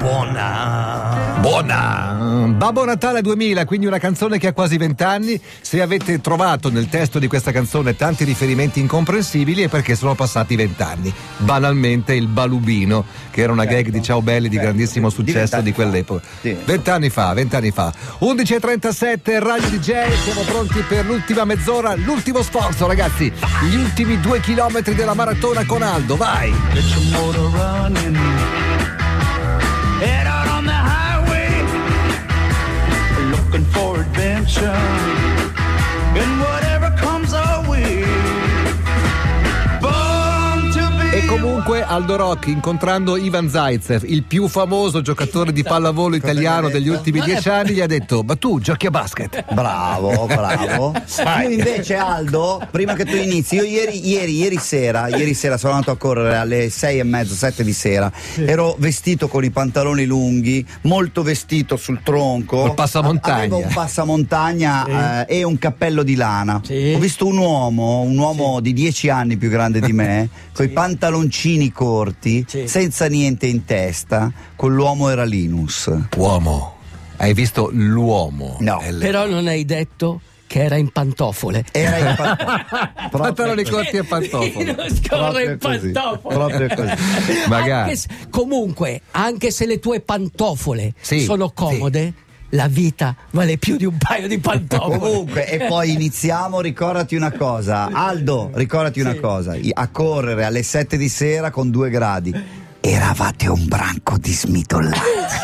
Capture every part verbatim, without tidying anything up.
buona. Buona! Babbo Natale duemila, quindi una canzone che ha quasi vent'anni. Se avete trovato nel testo di questa canzone tanti riferimenti incomprensibili è perché sono passati vent'anni. Banalmente il balubino, che era una certo. gag di Ciao Belli di certo. grandissimo successo di, di quell'epoca. Vent'anni sì. fa, vent'anni fa. undici e trentasette, Radio D J, siamo pronti per l'ultima mezz'ora, l'ultimo sforzo, ragazzi. Gli ultimi due chilometri della maratona con Aldo, vai! Head out on the highway, looking for adventure, and whatever comes our way. E comunque Aldo Rock, incontrando Ivan Zaitsev, il più famoso giocatore di pallavolo italiano degli ultimi dieci anni, gli ha detto: ma tu giochi a basket? Bravo, bravo. Io invece, Aldo, prima che tu inizi, io ieri, ieri, ieri sera, ieri sera sono andato a correre alle sei e mezzo, sette di sera. Ero vestito con i pantaloni lunghi, molto vestito sul tronco. Un passamontagna. Avevo un passamontagna sì. eh, e un cappello di lana. Sì. Ho visto un uomo, un uomo sì. di dieci anni più grande di me, con i sì. pantaloncini corti, sì. senza niente in testa, con l'uomo era Linus. Uomo. Hai visto l'uomo? No. Però non hai detto che era in pantofole. Era in pantofole. Pantaloni corti e pantofole. Non scorre in pantofole. Proprio così. Magari. Anche se, comunque, anche se le tue pantofole sì, sono comode, sì. la vita vale più di un paio di pantofole. Comunque, e poi iniziamo, ricordati una cosa, Aldo, ricordati sì. una cosa, a correre alle sette di sera con due gradi. Eravate un branco di smitollati.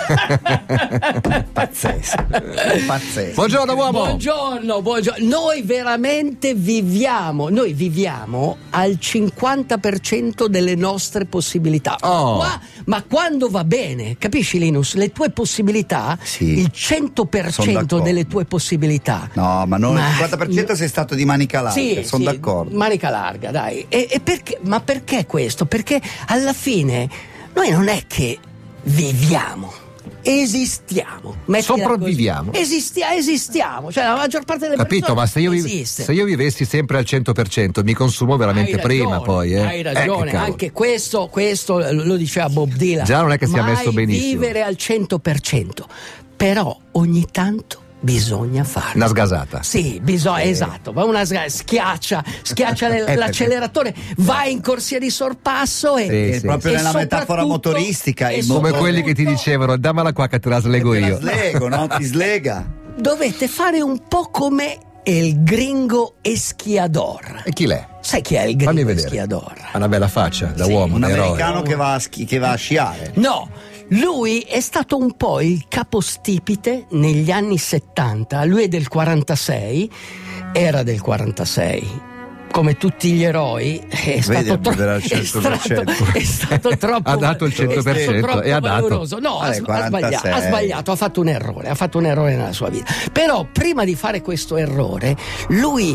Pazzesco. Pazzesco. Buongiorno uomo. Buongiorno, buongiorno. Noi veramente viviamo, noi viviamo al cinquanta per cento delle nostre possibilità. Oh. Qua, ma quando va bene, capisci Linus? Le tue possibilità, sì. il cento per cento delle tue possibilità. No, ma non ma, il cinquanta per cento sei stato di manica larga, sì, sono sì, d'accordo. Manica larga, dai. E, e perché, ma perché questo? Perché alla fine noi non è che viviamo, esistiamo. Sopravviviamo. Esistia, esistiamo, cioè la maggior parte delle Capito, persone ma se io, esiste. vi, se io vivessi sempre al cento per cento mi consumo veramente hai ragione, prima poi. Eh. Hai ragione, eh, anche questo, questo lo diceva Bob Dylan. Già non è che sia mai messo benissimo. Vivere al cento per cento, però ogni tanto bisogna farlo. Una sgasata. Sì, bisogna, eh. esatto. Va una sgasata, schiaccia, schiaccia eh, l'acceleratore, vai in corsia di sorpasso e, sì, sì. e proprio nella metafora motoristica. E come quelli che ti dicevano dammela qua che te la slego te io. La slego, no? Ti slega. Dovete fare un po' come il gringo Esquiador. E chi l'è? Sai chi è il gringo Esquiador? Ha una bella faccia, da sì, uomo, un un americano eroe. che va, a schi- che va a sciare. No, lui è stato un po' il capostipite negli anni settanta, lui è del quarantasei, era del quarantasei. Come tutti gli eroi è stato, tro- è stato, è stato troppo ha dato il cento per cento e ha dato no, ah, ha, ha, sbagliato, ha sbagliato, ha fatto un errore, ha fatto un errore nella sua vita. Però prima di fare questo errore lui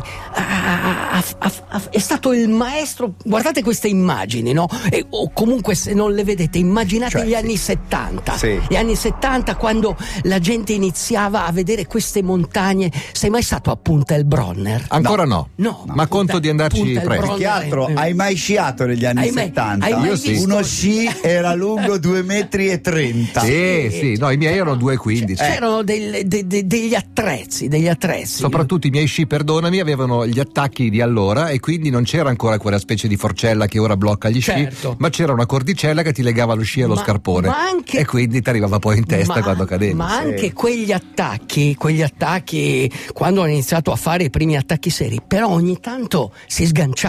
ha, ha, ha, ha, è stato il maestro. Guardate queste immagini, no? E, o comunque se non le vedete immaginate cioè, gli sì. anni settanta sì. gli anni settanta quando la gente iniziava a vedere queste montagne. Sei mai stato a Punta El Bronner? Ancora no, no, no ma conto di andarci presto. Che altro, hai mai sciato negli anni hai settanta? Mai, io sì. Uno sci era lungo due metri e trenta. Sì, sì, no, i miei erano due e quindici. C'erano del, de, de, degli attrezzi, degli attrezzi. Soprattutto i miei sci, perdonami, avevano gli attacchi di allora e quindi non c'era ancora quella specie di forcella che ora blocca gli certo. sci, ma c'era una cordicella che ti legava lo sci allo ma, scarpone ma anche, e quindi ti arrivava poi in testa ma, quando cadevi. Ma sì. anche quegli attacchi, quegli attacchi quando hanno iniziato a fare i primi attacchi seri, però ogni tanto si sganciavano.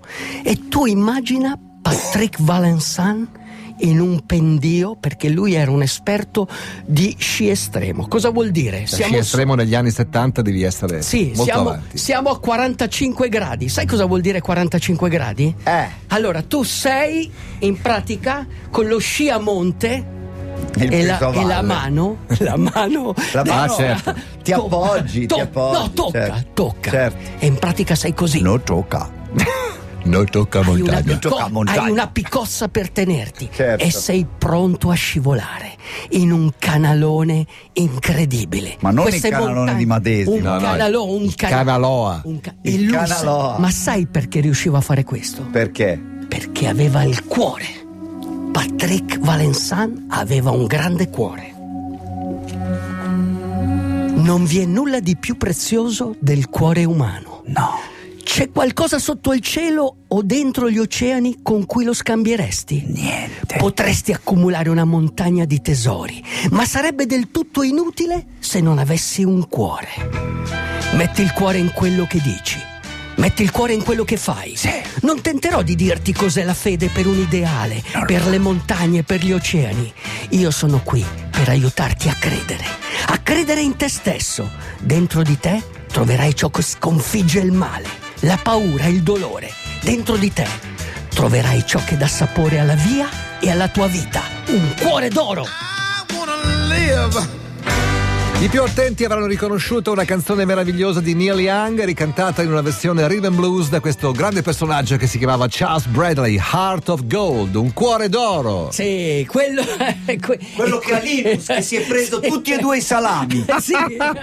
E tu immagina Patrick Valenciennes in un pendio, perché lui era un esperto di sci estremo. Cosa vuol dire? Siamo sci estremo negli anni settanta devi essere sì, molto siamo, avanti. Siamo a quarantacinque gradi. Sai cosa vuol dire quarantacinque gradi? Eh. Allora, tu sei in pratica con lo sci a monte e la, e la mano la mano la mano no, certo. ti appoggi to- ti appoggi no tocca certo. tocca certo. E in pratica sei così non tocca non tocca hai montagna. una, picco- tocca montagna hai una picozza per tenerti certo. e sei pronto a scivolare in un canalone incredibile. Ma non Queste il canalone montagne, di Madesi un no, canalone no, un il cana- canaloa un ca- il e lui canaloa sa- ma sai perché riusciva a fare questo? perché? Perché aveva il cuore Patrick Valenciennes aveva un grande cuore. Non vi è nulla di più prezioso del cuore umano. No. C'è qualcosa sotto il cielo o dentro gli oceani con cui lo scambieresti? Niente. Potresti accumulare una montagna di tesori, ma sarebbe del tutto inutile se non avessi un cuore. Metti il cuore in quello che dici. Metti il cuore in quello che fai. Sì. Non tenterò di dirti cos'è la fede per un ideale, No, per no. le montagne, per gli oceani. Io sono qui per aiutarti a credere, a credere in te stesso. Dentro di te troverai ciò che sconfigge il male, la paura, il dolore. Dentro di te troverai ciò che dà sapore alla via e alla tua vita. Un cuore d'oro. I wanna live. I più attenti avranno riconosciuto una canzone meravigliosa di Neil Young, ricantata in una versione rhythm blues da questo grande personaggio che si chiamava Charles Bradley, Heart of Gold, un cuore d'oro. Sì, quello que- Quello che ha Linus, che si è preso Sì. tutti e due i salami. Sì.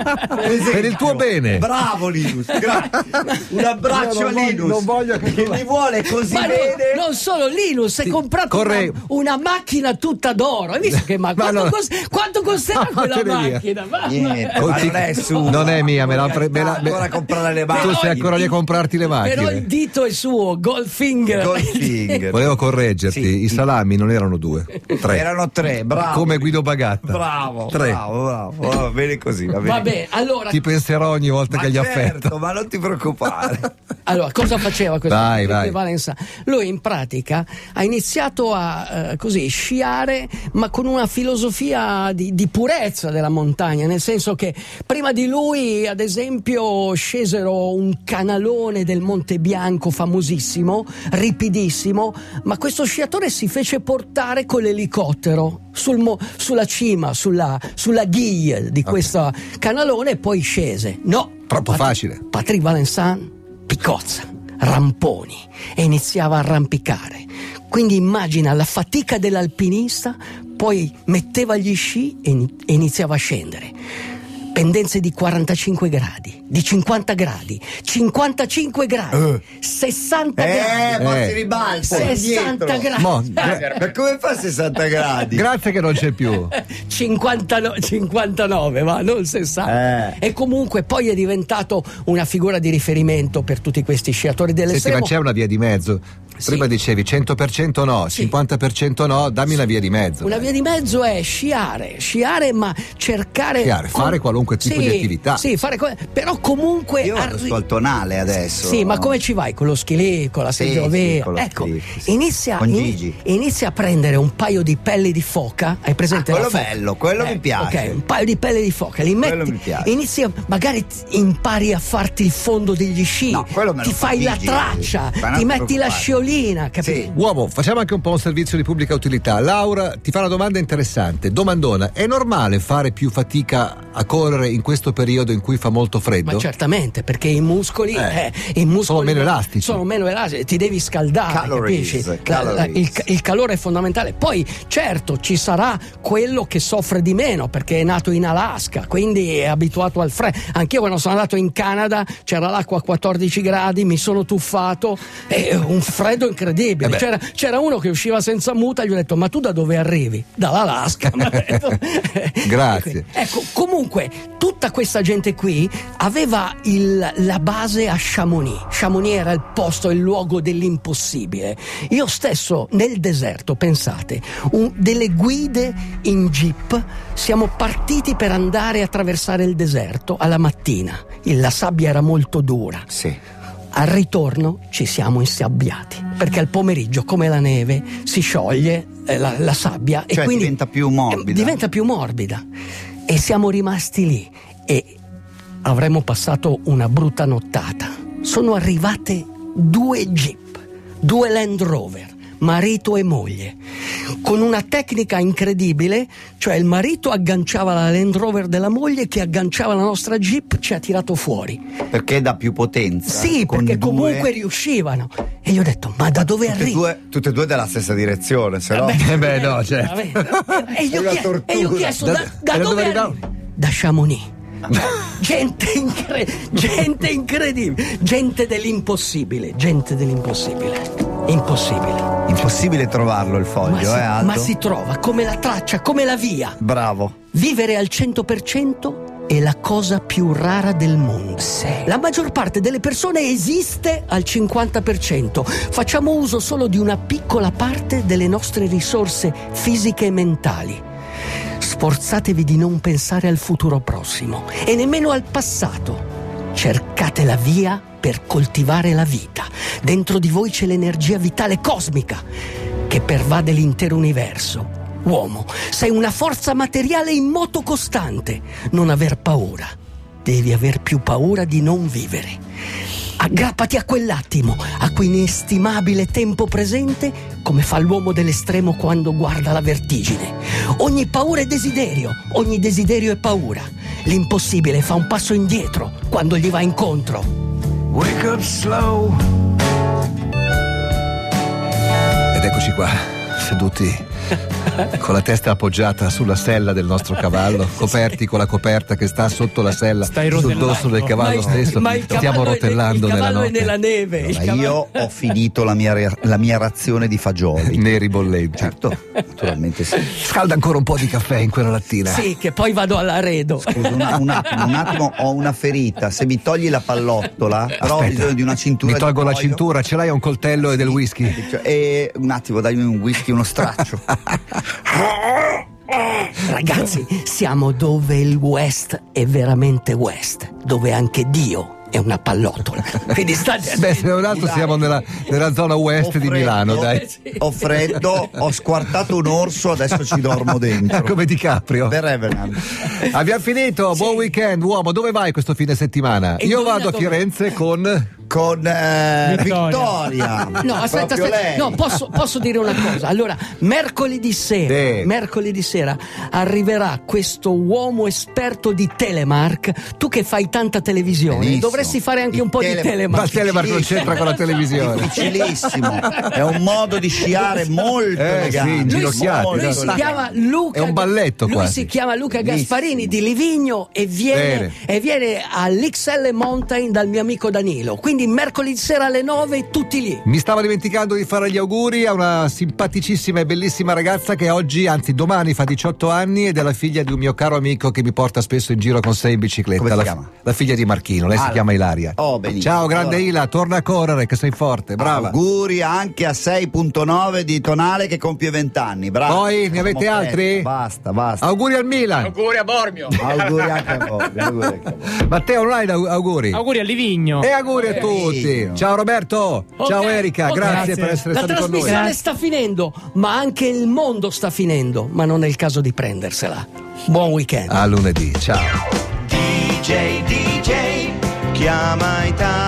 Per il tuo bene. Bravo Linus, grazie. Un abbraccio Io a non voglio- Linus. non voglio che- che mi vuole così Ma no- bene. non solo Linus, hai comprato corre- una, una macchina tutta d'oro. Hai visto che ma, Ma quanto, no. cos- quanto costerà No, quella te ne via. macchina? Ma- Niente, Oh, ma ti- non è su. non è mia, me la pre- me la- ancora a comprare le macchine. Tu sei ancora lì a comprarti le Però il macchine. dito è suo, Goldfinger. Goldfinger. Volevo correggerti, Sì. i salami non erano due, tre. Erano tre, bravo. Come Guido Bagatta. Bravo, Tre. bravo, bravo. Va bene così, va bene. Vabbè, allora, Ti penserò ogni volta Ma che gli certo, affetto. ma non ti preoccupare. allora, cosa faceva questo Vai, Patrick vai. Valenciennes? Lui in pratica ha iniziato a eh, così sciare, ma con una filosofia di, di purezza della montagna, nel senso che prima di lui, ad esempio, scesero un canalone del Monte Bianco famosissimo, ripidissimo, ma questo sciatore si fece portare con l'elicottero sul mo- sulla cima, sulla, sulla ghiglia di questo canalone e poi scese. No, Troppo Pat- facile. Patrick Valenciennes piccozza, ramponi e iniziava a arrampicare. Quindi immagina la fatica dell'alpinista, poi metteva gli sci e ini- e iniziava a scendere. Pendenze di quarantacinque gradi, di cinquanta gradi, cinquantacinque gradi, Eh. sessanta Eh, gradi, ma Eh. si ribalta sessanta indietro. gradi. Mo, gra- Ma come fa a sessanta gradi? grazie che non c'è più. cinquantanove, cinquantanove, ma non sessanta. Eh. E comunque poi è diventato una figura di riferimento per tutti questi sciatori Senti, dell'estremo. ma c'è una via di mezzo. Prima Sì. dicevi cento per cento no, Sì. cinquanta per cento no, dammi una via di mezzo. Una via di mezzo è sciare, sciare ma cercare... Sciare, fare qualunque tipo Sì, di attività. Sì, fare co- però comunque... Io vado arri- sto al tonale adesso. Sì, ma come ci vai? Con lo skilift, con la Sì, seggiovia? sì, con lo Ecco, skilift, sì. inizia, Con in- Gigi. inizia a prendere un paio di pelli di foca. Hai presente Ah, la quello foca? bello, quello mi piace. Ok, un paio di pelli di foca, li Quello metti, mi piace. inizia, magari ti- impari a farti il fondo degli sci, No, quello me lo ti fa fai la Gigi. traccia, Ma non ti ti metti la preoccupare. sciolina, capito? Sì. Uomo, facciamo anche un po' un servizio di pubblica utilità. Laura ti fa una domanda interessante. Domandona: è normale fare più fatica a correre in questo periodo in cui fa molto freddo? Ma certamente, perché i muscoli, Eh, eh, i muscoli sono meno elastici. Sono meno elastici, ti devi scaldare, Calories, capisci? La- la- calories. il, il calore è fondamentale. Poi, certo, ci sarà quello che soffre di meno perché è nato in Alaska, quindi è abituato al freddo. Anch'io quando sono andato in Canada c'era l'acqua a quattordici gradi, mi sono tuffato, è un freddo incredibile. Eh beh. c'era, c'era uno che usciva senza muta, gli ho detto: ma tu da dove arrivi? Dall'Alaska. Mi ha detto. Grazie. Ecco, comunque, tutta questa gente qui aveva il- la base a Chamonix. Chamonix era il posto, il luogo dell'impossibile. Io stesso nel deserto, pensate, un- delle guide in jeep, siamo partiti per andare a attraversare il deserto alla mattina. Il- La sabbia era molto dura. Sì. Al ritorno ci siamo insabbiati perché al pomeriggio, come la neve, si scioglie eh, la, la sabbia e Cioè quindi diventa più morbida. eh, diventa più morbida. E siamo rimasti lì e avremmo passato una brutta nottata. Sono arrivate due jeep, due Land Rover, marito e moglie, con una tecnica incredibile, cioè il marito agganciava la Land Rover della moglie che agganciava la nostra jeep, ci ha tirato fuori. Perché dà più potenza. Sì, con perché due- comunque riuscivano. E gli ho detto: ma da dove tutte e arrivi? due, tutte e due della stessa direzione, se no. Eh beh, no, certo. Vabbè. E gli ho È una chie- tortura. e gli ho chiesto: da, Da- da e da dove dove arrivi? Da Chamonix. Gente, incre- gente incredibile, gente dell'impossibile, gente dell'impossibile. Impossibile. Impossibile trovarlo il foglio, ma si, eh Aldo? ma si trova come la traccia, come la via. Bravo. Vivere al cento per cento è la cosa più rara del mondo. Sì. La maggior parte delle persone esiste al cinquanta per cento. Facciamo uso solo di una piccola parte delle nostre risorse fisiche e mentali. Sforzatevi di non pensare al futuro prossimo e nemmeno al passato. Cercate la via per coltivare la vita. Dentro di voi c'è l'energia vitale cosmica che pervade l'intero universo. Uomo, sei una forza materiale in moto costante. Non aver paura. Devi aver più paura di non vivere. Aggrappati a quell'attimo, a qu'inestimabile tempo presente, come fa l'uomo dell'estremo quando guarda la vertigine. Ogni paura è desiderio, ogni desiderio è paura. L'impossibile fa un passo indietro quando gli va incontro. Wake up slow. Ed eccoci qua, seduti con la testa appoggiata sulla sella del nostro cavallo, coperti con la coperta che sta sotto la sella, Stai sul rotellando. dorso del cavallo Ma- stesso. ma il Stiamo cavallo è- rotellando il nella cavallo notte. è nella neve. il Ma cavallo- io ho finito la mia, la mia razione di fagioli. Neri bollenti. Certo, naturalmente sì. Scalda ancora un po' di caffè in quella lattina. Sì, che poi vado all'aredo. Scusa, un, un attimo, un attimo, ho una ferita. Se mi togli la pallottola, però ho Aspetta, bisogno di una cintura. Mi tolgo di la cuoio. cintura, ce l'hai un coltello e del whisky? Cioè, E un attimo, dai un whisky, uno straccio. Ragazzi, siamo dove il West è veramente West, dove anche Dio è una pallottola. Quindi state Beh, se non altro siamo nella, nella zona west Ho di freddo, Milano, dai. Ho freddo, ho squartato un orso, adesso ci dormo dentro. Come DiCaprio. The Revenant. Abbiamo finito, buon weekend uomo, dove vai questo fine settimana? E Io indovina vado a dove- Firenze con... Con eh, Vittoria. Vittoria. No, aspetta, Proprio aspetta. lei. No, posso, posso dire una cosa. Allora, mercoledì sera, Sì. mercoledì sera arriverà questo uomo esperto di telemark. Tu che fai tanta televisione, Benissimo. dovresti fare anche Il un po' tele- di Ma telemark. il telemark non c'entra con la televisione. Difficilissimo. È un modo di sciare molto Eh, elegante. sì, inginocchiati, Molto Lui si elegante. chiama Luca. È un balletto Lui quasi. si chiama Luca Bellissimo. Gasparini di Livigno e viene, Bene. e viene all'X L Mountain dal mio amico Danilo. Quindi mercoledì sera alle nove tutti lì. Mi stavo dimenticando di fare gli auguri a una simpaticissima e bellissima ragazza che oggi, anzi domani, fa diciotto anni ed è la figlia di un mio caro amico che mi porta spesso in giro con sé in bicicletta. Come si la, chiama? la figlia di Marchino, lei si Ah, chiama Ilaria. oh, benissimo. Ciao grande Allora. Ila, torna a correre che sei forte, brava. Auguri anche a sei virgola nove di Tonale che compie venti anni. Bravo. Poi ne avete Siamo altri? festa. Basta, basta. Auguri al Milan. Auguri a Bormio. Auguri anche a voi. Auguri anche a voi. Matteo, non hai da- auguri? Auguri a Livigno. E auguri a tutti. Livigno. Ciao Roberto. Ciao Ok, Erika, ok. grazie, Grazie. per essere La stati con noi. trasmissione sta finendo, ma anche il mondo sta finendo, ma non è il caso di prendersela. Buon weekend. A lunedì, ciao. D J, D J, chiama Italia.